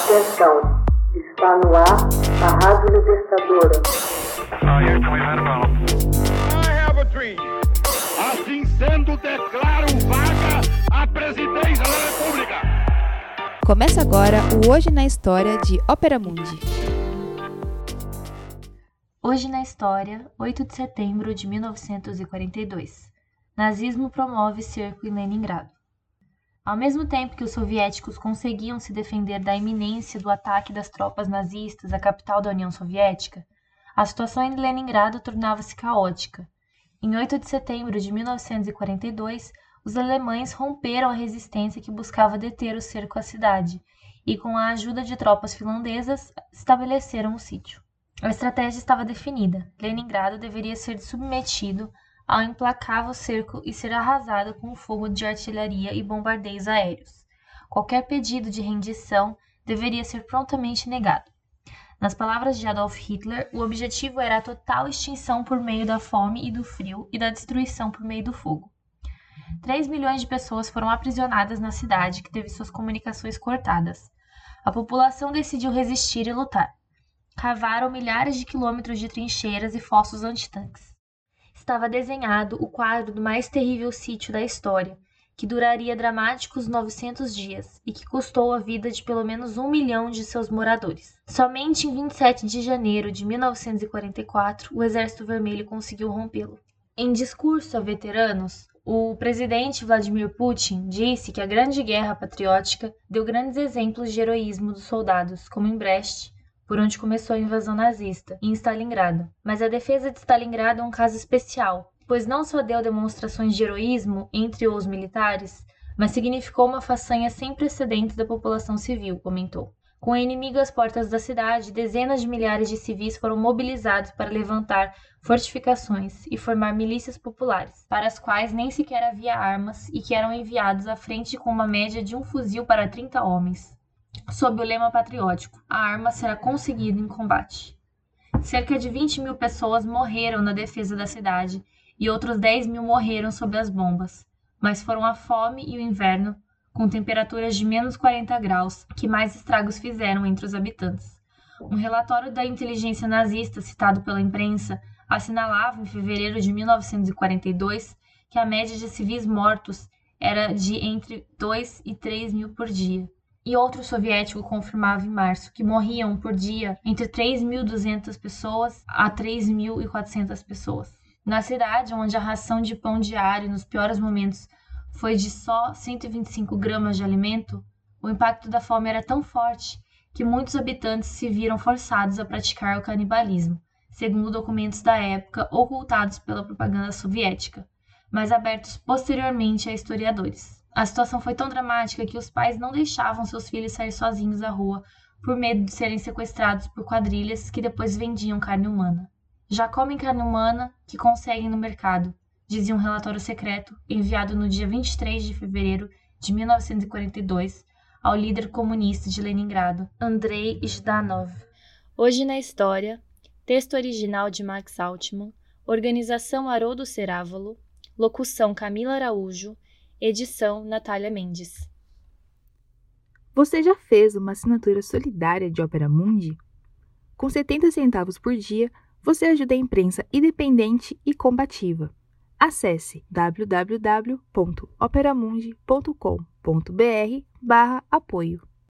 Atenção, está no ar a Rádio Libertadora. Assim sendo, declaro vaga a presidência da República. Começa agora o Hoje na História de Ópera Mundi. Hoje na História, 8 de setembro de 1942. Nazismo promove cerco em Leningrado. Ao mesmo tempo que os soviéticos conseguiam se defender da iminência do ataque das tropas nazistas à capital da União Soviética, a situação em Leningrado tornava-se caótica. Em 8 de setembro de 1942, os alemães romperam a resistência que buscava deter o cerco à cidade e, com a ajuda de tropas finlandesas, estabeleceram o sítio. A estratégia estava definida. Leningrado deveria ser submetido ao implacável cerco e ser arrasado com o fogo de artilharia e bombardeios aéreos. Qualquer pedido de rendição deveria ser prontamente negado. Nas palavras de Adolf Hitler, o objetivo era a total extinção por meio da fome e do frio e da destruição por meio do fogo. 3 milhões de pessoas foram aprisionadas na cidade, que teve suas comunicações cortadas. A população decidiu resistir e lutar. Cavaram milhares de quilômetros de trincheiras e fossos antitanques. Estava desenhado o quadro do mais terrível sítio da história, que duraria dramáticos 900 dias e que custou a vida de pelo menos 1 milhão de seus moradores. Somente em 27 de janeiro de 1944, o Exército Vermelho conseguiu rompê-lo. Em discurso a veteranos, o presidente Vladimir Putin disse que a Grande Guerra Patriótica deu grandes exemplos de heroísmo dos soldados, como em Brest, por onde começou a invasão nazista, em Stalingrado. Mas a defesa de Stalingrado é um caso especial, pois não só deu demonstrações de heroísmo entre os militares, mas significou uma façanha sem precedentes da população civil, comentou. Com o inimigo às portas da cidade, dezenas de milhares de civis foram mobilizados para levantar fortificações e formar milícias populares, para as quais nem sequer havia armas e que eram enviados à frente com uma média de um fuzil para 30 homens. Sob o lema patriótico, a arma será conseguida em combate. Cerca de 20 mil pessoas morreram na defesa da cidade e outros 10 mil morreram sob as bombas, mas foram a fome e o inverno, com temperaturas de menos 40 graus, que mais estragos fizeram entre os habitantes. Um relatório da inteligência nazista citado pela imprensa assinalava em fevereiro de 1942 que a média de civis mortos era de entre 2 e 3 mil por dia. E outro soviético confirmava em março que morriam por dia entre 3.200 pessoas a 3.400 pessoas. Na cidade, onde a ração de pão diário nos piores momentos foi de só 125 gramas de alimento, o impacto da fome era tão forte que muitos habitantes se viram forçados a praticar o canibalismo, segundo documentos da época ocultados pela propaganda soviética, mas abertos posteriormente a historiadores. A situação foi tão dramática que os pais não deixavam seus filhos sair sozinhos à rua por medo de serem sequestrados por quadrilhas que depois vendiam carne humana. Já comem carne humana que conseguem no mercado, dizia um relatório secreto enviado no dia 23 de fevereiro de 1942 ao líder comunista de Leningrado, Andrei Zhdanov. Hoje na História, texto original de Max Altman, organização Haroldo Cerávolo, locução Camila Araújo, edição Natália Mendes. Você já fez uma assinatura solidária de Ópera Mundi? Com 70 centavos por dia, você ajuda a imprensa independente e combativa. Acesse www.operamundi.com.br/apoio.